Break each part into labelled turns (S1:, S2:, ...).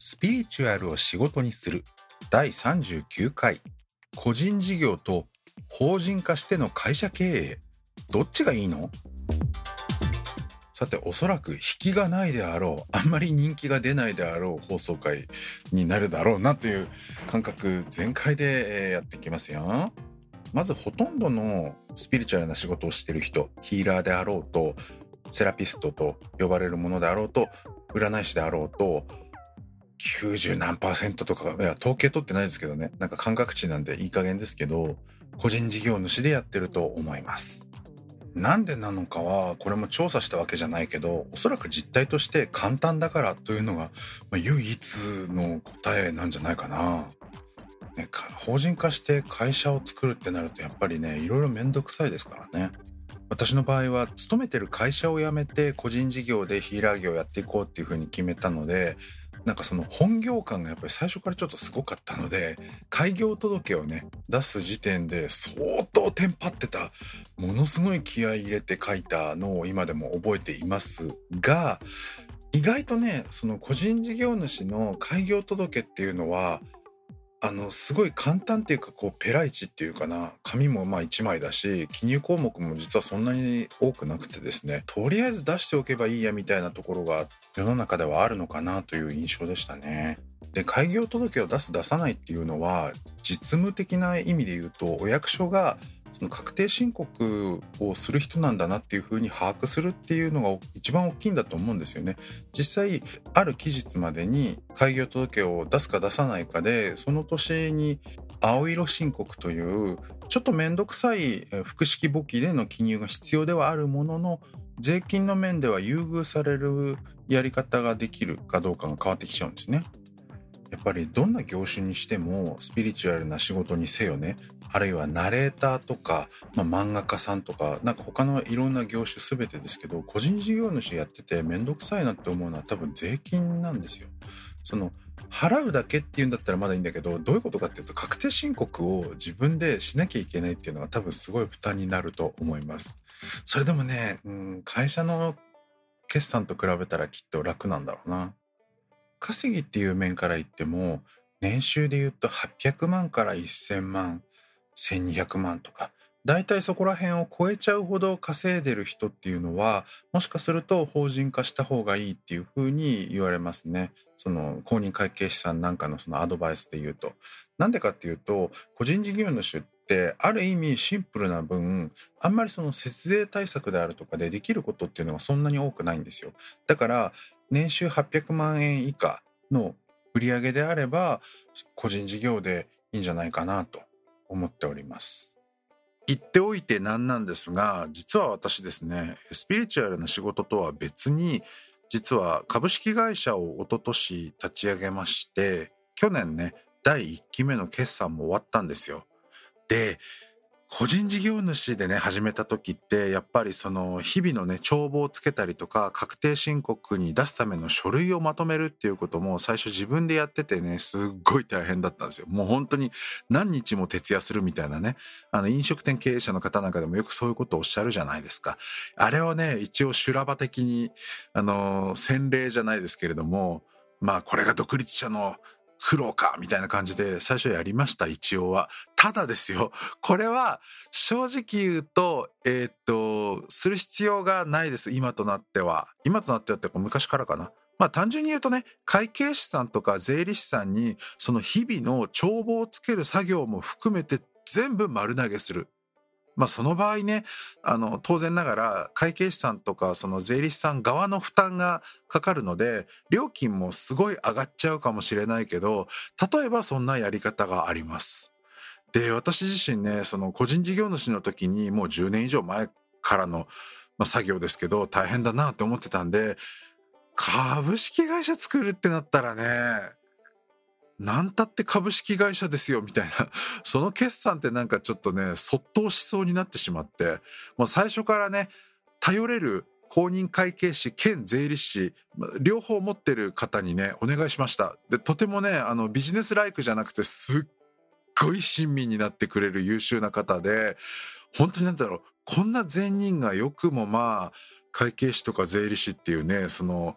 S1: スピリチュアルを仕事にする第39回個人事業と法人化しての会社経営、どっちがいいの？さて、おそらく引きがないであろう、あんまり人気が出ないであろう放送回になるだろうなという感覚全開でやっていきますよ。まずほとんどのスピリチュアルな仕事をしている人、ヒーラーであろうと、セラピストと呼ばれるものであろうと、占い師であろうと、90何%とか、いや統計取ってないですけどね、なんか感覚値なんでいい加減ですけど、個人事業主でやってると思います。なんでなのかはこれも調査したわけじゃないけど、おそらく実態として簡単だからというのが、唯一の答えなんじゃないかな。ね、法人化して会社を作るってなるとやっぱりね、いろいろめんどくさいですからね。私の場合は勤めてる会社を辞めて個人事業でヒーラー業をやっていこうっていう風に決めたので、なんかその本業感がやっぱり最初からちょっとすごかったので、開業届をね出す時点で相当テンパってた、ものすごい気合い入れて書いたのを今でも覚えていますが、意外とね、その個人事業主の開業届っていうのはすごい簡単っていうか、ペライチっていうかな、紙も1枚だし、記入項目も実はそんなに多くなくてですね、とりあえず出しておけばいいやみたいなところが世の中ではあるのかなという印象でしたね。で、開業届を出す出さないっていうのは、実務的な意味で言うと、お役所がその確定申告をする人なんだなっていうふうに把握するっていうのが一番大きいんだと思うんですよね。実際ある期日までに開業届を出すか出さないかで、その年に青色申告というちょっとめんどくさい複式簿記での記入が必要ではあるものの、税金の面では優遇されるやり方ができるかどうかが変わってきちゃうんですね。やっぱりどんな業種にしてもスピリチュアルな仕事にせよね、あるいはナレーターとか、漫画家さんとか、なんか他のいろんな業種すべてですけど、個人事業主やっててめんどくさいなって思うのは多分税金なんですよ。その払うだけっていうんだったらまだいいんだけど、どういうことかっていうと、確定申告を自分でしなきゃいけないっていうのは多分すごい負担になると思います。それでもね、会社の決算と比べたらきっと楽なんだろうな。稼ぎっていう面から言っても、年収で言うと800万から1000万、1200万とか、だいたいそこら辺を超えちゃうほど稼いでる人っていうのは、もしかすると法人化した方がいいっていうふうに言われますね。その公認会計士さんなんかのそのアドバイスで言うと。なんでかっていうと、個人事業主ってある意味シンプルな分、あんまりその節税対策であるとかでできることっていうのがそんなに多くないんですよ。だから年収800万円以下の売り上げであれば個人事業でいいんじゃないかなと思っております。言っておいてなんですが、実は私ですね、スピリチュアルな仕事とは別に、実は株式会社を一昨年立ち上げまして、去年ね、第1期目の決算も終わったんですよ。で、個人事業主でね始めた時って、やっぱりその日々のね帳簿をつけたりとか、確定申告に出すための書類をまとめるっていうことも最初自分でやっててね、すっごい大変だったんですよ。もう本当に何日も徹夜するみたいなね、飲食店経営者の方なんかでもよくそういうことをおっしゃるじゃないですか。あれをね一応修羅場的に洗礼じゃないですけれども、これが独立者の苦労かみたいな感じで最初やりました、一応は。ただですよ、これは正直言うとする必要がないです。今となってはって昔からかな。単純に言うとね、会計士さんとか税理士さんにその日々の帳簿をつける作業も含めて全部丸投げする。その場合ね、当然ながら会計士さんとかその税理士さん側の負担がかかるので、料金もすごい上がっちゃうかもしれないけど、例えばそんなやり方があります。で、私自身ね、その個人事業主の時にもう10年以上前からの、作業ですけど、大変だなって思ってたんで、株式会社作るってなったらね、なんたって株式会社ですよみたいなその決算ってなんかちょっとね、そっとしそうになってしまって、もう最初からね、頼れる公認会計士兼税理士両方持ってる方にねお願いしました。で、とてもねビジネスライクじゃなくて、すっごい親身になってくれる優秀な方で、本当になんだろう、こんな善人がよくも会計士とか税理士っていうね、その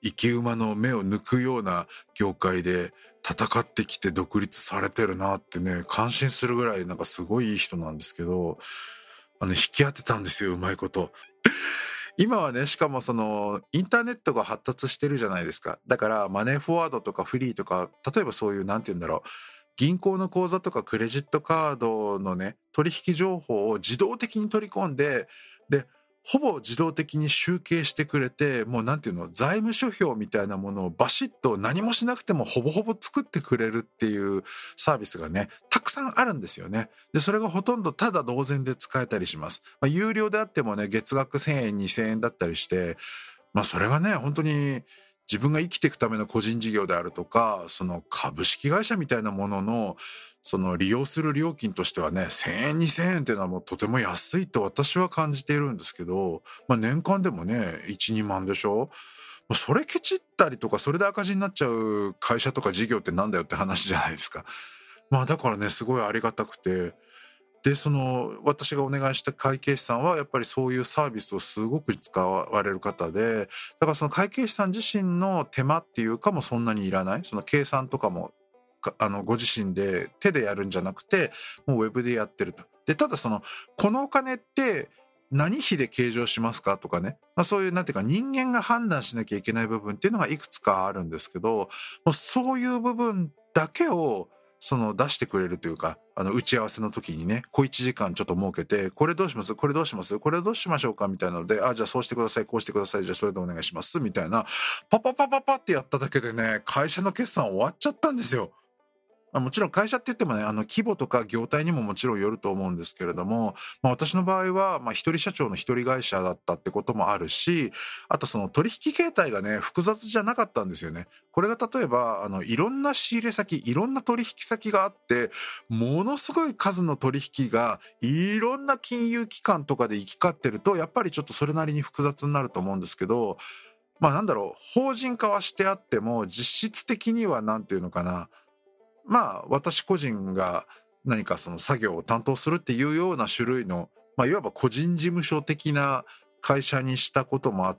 S1: 生き馬の目を抜くような業界で戦ってきて独立されてるなってね、感心するぐらいなんかすごいいい人なんですけど、引き当てたんですよ、うまいこと。今はね、しかもそのインターネットが発達してるじゃないですか。だからマネーフォワードとかフリーとか、例えばそういうなんて言うんだろう、銀行の口座とかクレジットカードのね、取引情報を自動的に取り込んで、でほぼ自動的に集計してくれて、もうなんていうの、財務諸表みたいなものをバシッと何もしなくてもほぼほぼ作ってくれるっていうサービスがね、たくさんあるんですよね。でそれがほとんどただ同然で使えたりします。有料であってもね、月額1000円2000円だったりして、それがね、本当に自分が生きていくための個人事業であるとか、その株式会社みたいなもののその利用する料金としてはね、1000円2000円っていうのはもうとても安いと私は感じているんですけど、年間でもね1、2万でしょ。それケチったりとか、それで赤字になっちゃう会社とか事業ってなんだよって話じゃないですか。だからね、すごいありがたくて、でその私がお願いした会計士さんはやっぱりそういうサービスをすごく使われる方で、だからその会計士さん自身の手間っていうかもそんなにいらない、その計算とかもご自身で手でやるんじゃなくて、もうウェブでやってると。でただこのお金って何費で計上しますかとかね、そういうなんていうか人間が判断しなきゃいけない部分っていうのがいくつかあるんですけど、もうそういう部分だけを出してくれるというか、打ち合わせの時にね、小1時間ちょっと設けて、これどうします、これどうします、これどうしましょうかみたいなので、じゃあそうしてください、こうしてください、じゃあそれでお願いしますみたいな、パパパパパってやっただけでね、会社の決算終わっちゃったんですよ。もちろん会社って言ってもね、規模とか業態にももちろんよると思うんですけれども、私の場合は一人社長の一人会社だったってこともあるし、あとその取引形態がね複雑じゃなかったんですよね。これが例えばいろんな仕入れ先、いろんな取引先があって、ものすごい数の取引がいろんな金融機関とかで行き交ってると、やっぱりちょっとそれなりに複雑になると思うんですけど、なんだろう、法人化はしてあっても実質的にはなんていうのかな、私個人が何かその作業を担当するっていうような種類の、いわば個人事務所的な会社にしたこともあって、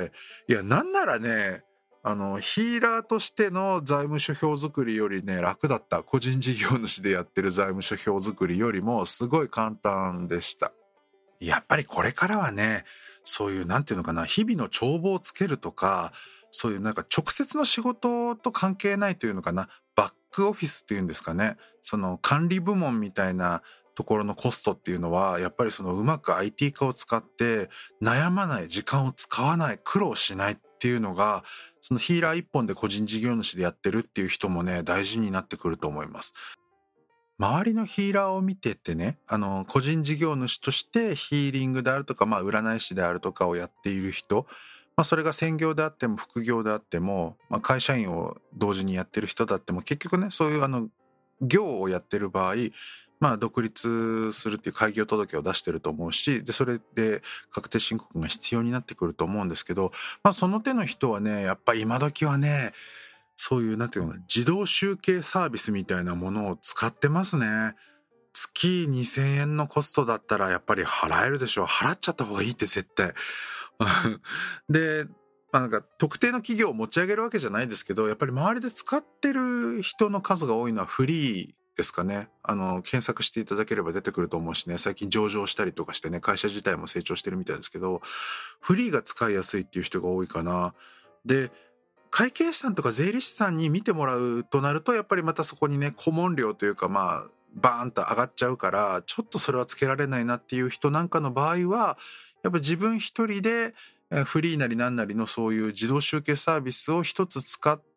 S1: いやなんならね、ヒーラーとしての財務諸表作りよりね楽だった。個人事業主でやってる財務諸表作りよりもすごい簡単でした。やっぱりこれからはね、そういうなんていうのかな、日々の帳簿をつけるとか、そういうなんか直接の仕事と関係ないというのかな、バックオフィスっていうんですかね、その管理部門みたいなところのコストっていうのは、やっぱりうまく IT 化を使って悩まない、時間を使わない、苦労しないっていうのが、そのヒーラー一本で個人事業主でやってるっていう人もね、大事になってくると思います。周りのヒーラーを見てってね、個人事業主としてヒーリングであるとか、占い師であるとかをやっている人、それが専業であっても副業であっても、会社員を同時にやってる人だっても、結局ね、そういう業をやってる場合、独立するっていう開業届を出してると思うし、でそれで確定申告が必要になってくると思うんですけど、その手の人はね、やっぱ今時はね、そういうなんていうの、自動集計サービスみたいなものを使ってますね。月2000円のコストだったらやっぱり払えるでしょう。払っちゃった方がいいって絶対。で、なんか特定の企業を持ち上げるわけじゃないですけど、やっぱり周りで使ってる人の数が多いのはフリーですかね。検索していただければ出てくると思うしね、最近上場したりとかしてね、会社自体も成長してるみたいですけど、フリーが使いやすいっていう人が多いかな。で、会計士さんとか税理士さんに見てもらうとなると、やっぱりまたそこにね、顧問料というかバーンと上がっちゃうから、ちょっとそれはつけられないなっていう人なんかの場合は、やっぱ自分一人でフリーなりなんなりのそういう自動集計サービスを一つ使って、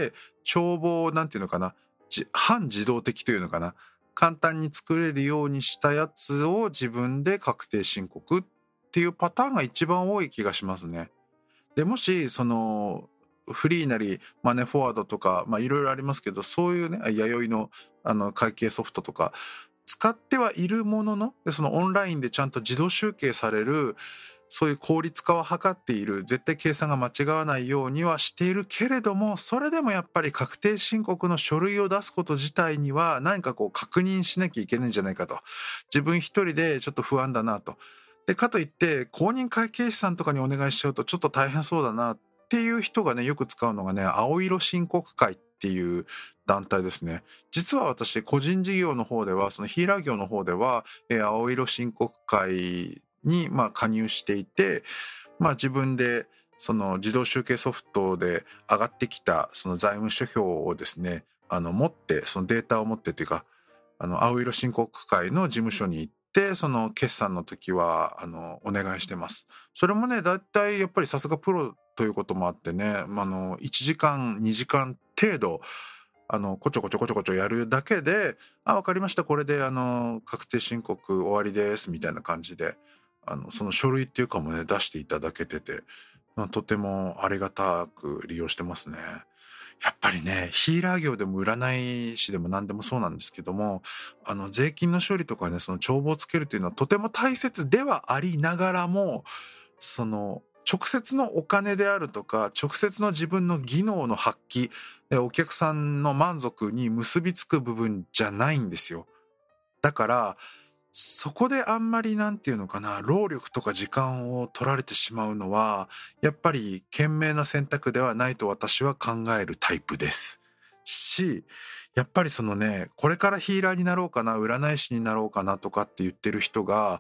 S1: 帳簿をなんていうのかな、半自動的というのかな、簡単に作れるようにしたやつを自分で確定申告っていうパターンが一番多い気がしますね。でもしフリーなりマネーフォワードとかいろいろありますけど、そういうね、弥生の会計ソフトとか使ってはいるものの、でオンラインでちゃんと自動集計される、そういう効率化を図っている、絶対計算が間違わないようにはしているけれども、それでもやっぱり確定申告の書類を出すこと自体には何か確認しなきゃいけないんじゃないかと、自分一人でちょっと不安だなと。でかといって公認会計士さんとかにお願いしちゃうとちょっと大変そうだなっっていう人がね、よく使うのがね、青色申告会っていう団体ですね。実は私、個人事業の方では、そのヒーラー業の方では、青色申告会に加入していて、自分でその自動集計ソフトで上がってきたその財務諸表をですね、持って、そのデータを持ってというか、青色申告会の事務所に行って、その決算の時はお願いしてます。それもね、だいたいやっぱりさすがプロということもあってね、1時間2時間程度こちょこちょやるだけで、わかりました、これで確定申告終わりですみたいな感じでその書類っていうかもね、出していただけてて、とてもありがたく利用してますね。やっぱりね、ヒーラー業でも占い師でも何でもそうなんですけども、税金の処理とかね、その帳簿をつけるっていうのはとても大切ではありながらも、その直接のお金であるとか、直接の自分の技能の発揮、お客さんの満足に結びつく部分じゃないんですよ。だからそこであんまりなんていうのかな、労力とか時間を取られてしまうのは、やっぱり賢明な選択ではないと私は考えるタイプですし、やっぱりそのね、これからヒーラーになろうかな、占い師になろうかなとかって言ってる人が、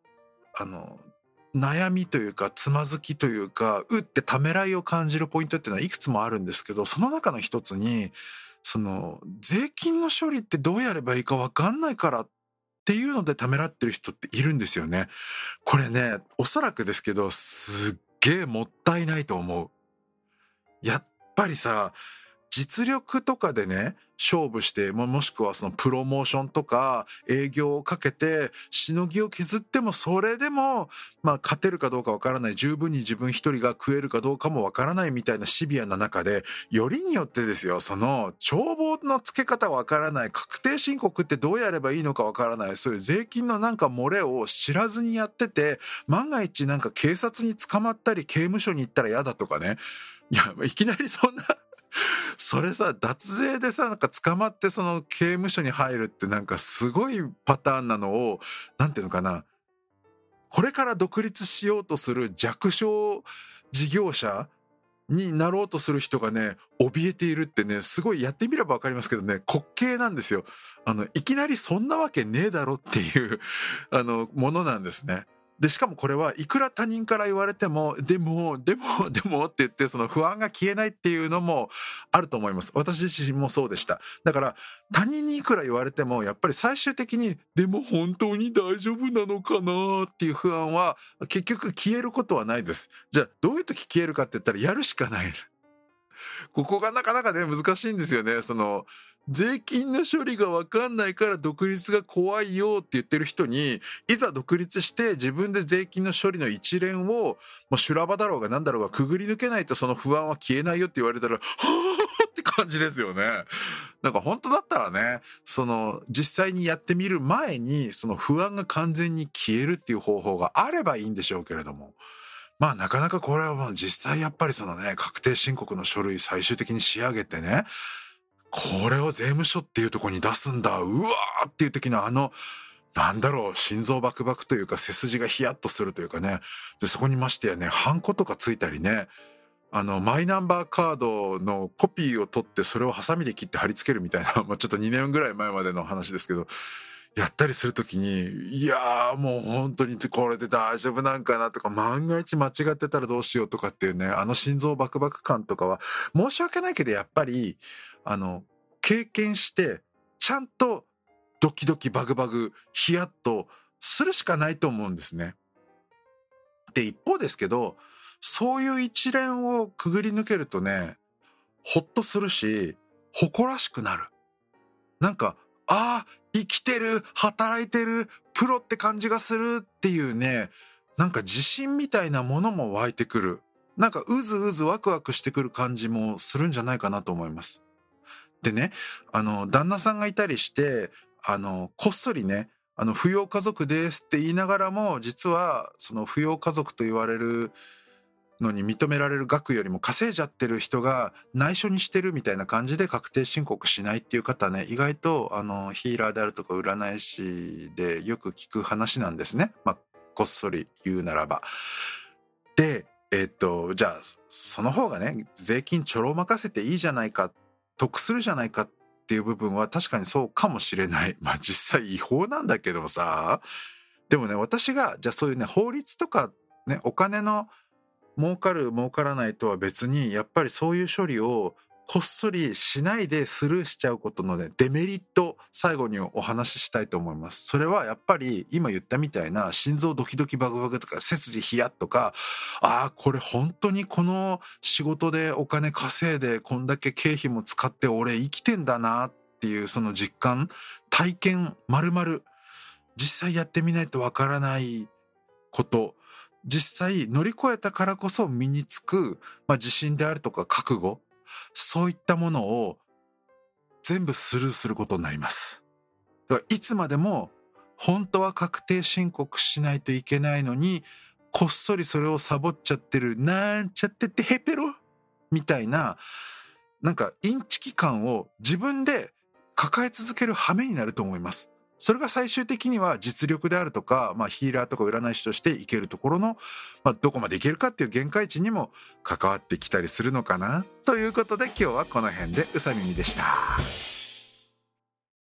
S1: 悩みというかつまずきというか、ってためらいを感じるポイントっていうのはいくつもあるんですけど、その中の一つに、その税金の処理ってどうやればいいか分かんないからっていうのでためらってる人っているんですよね。これね、おそらくですけど、すっげえもったいないと思う。やっぱりさ、実力とかでね、勝負して、もしくはそのプロモーションとか営業をかけてしのぎを削っても、それでも勝てるかどうかわからない、十分に自分一人が食えるかどうかもわからないみたいなシビアな中で、よりによってですよ、その帳簿の付け方わからない、確定申告ってどうやればいいのかわからない、そういう税金の漏れを知らずにやってて、万が一警察に捕まったり刑務所に行ったら嫌だとかね、いきなりそんなそれさ、脱税でさ、捕まってその刑務所に入るってすごいパターンなのを、なんていうのかな、これから独立しようとする弱小事業者になろうとする人がね、怯えているってね、すごいやってみればわかりますけどね、滑稽なんですよ。いきなりそんなわけねえだろっていうものなんですね。で、しかもこれはいくら他人から言われても、でもって言って、その不安が消えないっていうのもあると思います。私自身もそうでした。だから、他人にいくら言われても、やっぱり最終的に、でも本当に大丈夫なのかなっていう不安は、結局消えることはないです。じゃあ、どういう時消えるかって言ったら、やるしかない。ここがなかなかね、難しいんですよね。その、税金の処理が分かんないから独立が怖いよって言ってる人に、いざ独立して自分で税金の処理の一連を、修羅場だろうが何だろうがくぐり抜けないとその不安は消えないよって言われたら、はぁって感じですよね。本当だったらね、その実際にやってみる前にその不安が完全に消えるっていう方法があればいいんでしょうけれども。なかなかこれは実際やっぱりそのね、確定申告の書類最終的に仕上げてね、これを税務署っていうところに出すんだ、うわーっていう時の心臓バクバクというか背筋がヒヤッとするというかね。で、そこにましてやね、ハンコとかついたりね、マイナンバーカードのコピーを取ってそれをハサミで切って貼り付けるみたいな、ちょっと2年ぐらい前までの話ですけど、やったりするときに、いやーもう本当にこれで大丈夫なんかなとか、万が一間違ってたらどうしようとかっていうね、心臓バクバク感とかは、申し訳ないけどやっぱり、経験して、ちゃんとドキドキバグバグ、ヒヤッとするしかないと思うんですね。で、一方ですけど、そういう一連をくぐり抜けるとね、ほっとするし、誇らしくなる。ああ、生きてる、働いてる、プロって感じがするっていうね、自信みたいなものも湧いてくる。うずうずワクワクしてくる感じもするんじゃないかなと思います。でね、旦那さんがいたりして、こっそりね、扶養家族ですって言いながらも、実はその扶養家族と言われるのに認められる額よりも稼いじゃってる人が内緒にしてるみたいな感じで確定申告しないっていう方ね、意外とヒーラーであるとか占い師でよく聞く話なんですね。こっそり言うならば。で、 じゃあその方がね税金ちょろまかせていいじゃないか、得するじゃないかっていう部分は確かにそうかもしれない。まあ実際違法なんだけどさ。でもね、私がじゃあそういうね法律とかね、お金の儲かる儲からないとは別に、やっぱりそういう処理をこっそりしないでスルーしちゃうことのねデメリット、最後にお話ししたいと思います。それはやっぱり今言ったみたいな心臓ドキドキバクバクとか背筋ヒヤッとか、これ本当にこの仕事でお金稼いでこんだけ経費も使って俺生きてんだなっていうその実感、体験、丸々実際やってみないとわからないこと、実際乗り越えたからこそ身につく、自信であるとか覚悟、そういったものを全部スルーすることになります。だからいつまでも本当は確定申告しないといけないのに、こっそりそれをサボっちゃってる、なんちゃってってヘペロみたいな、なんかインチキ感を自分で抱え続ける羽目になると思います。それが最終的には実力であるとか、ヒーラーとか占い師としていけるところの、どこまでいけるかっていう限界値にも関わってきたりするのかなということで、今日はこの辺でうさみみでした。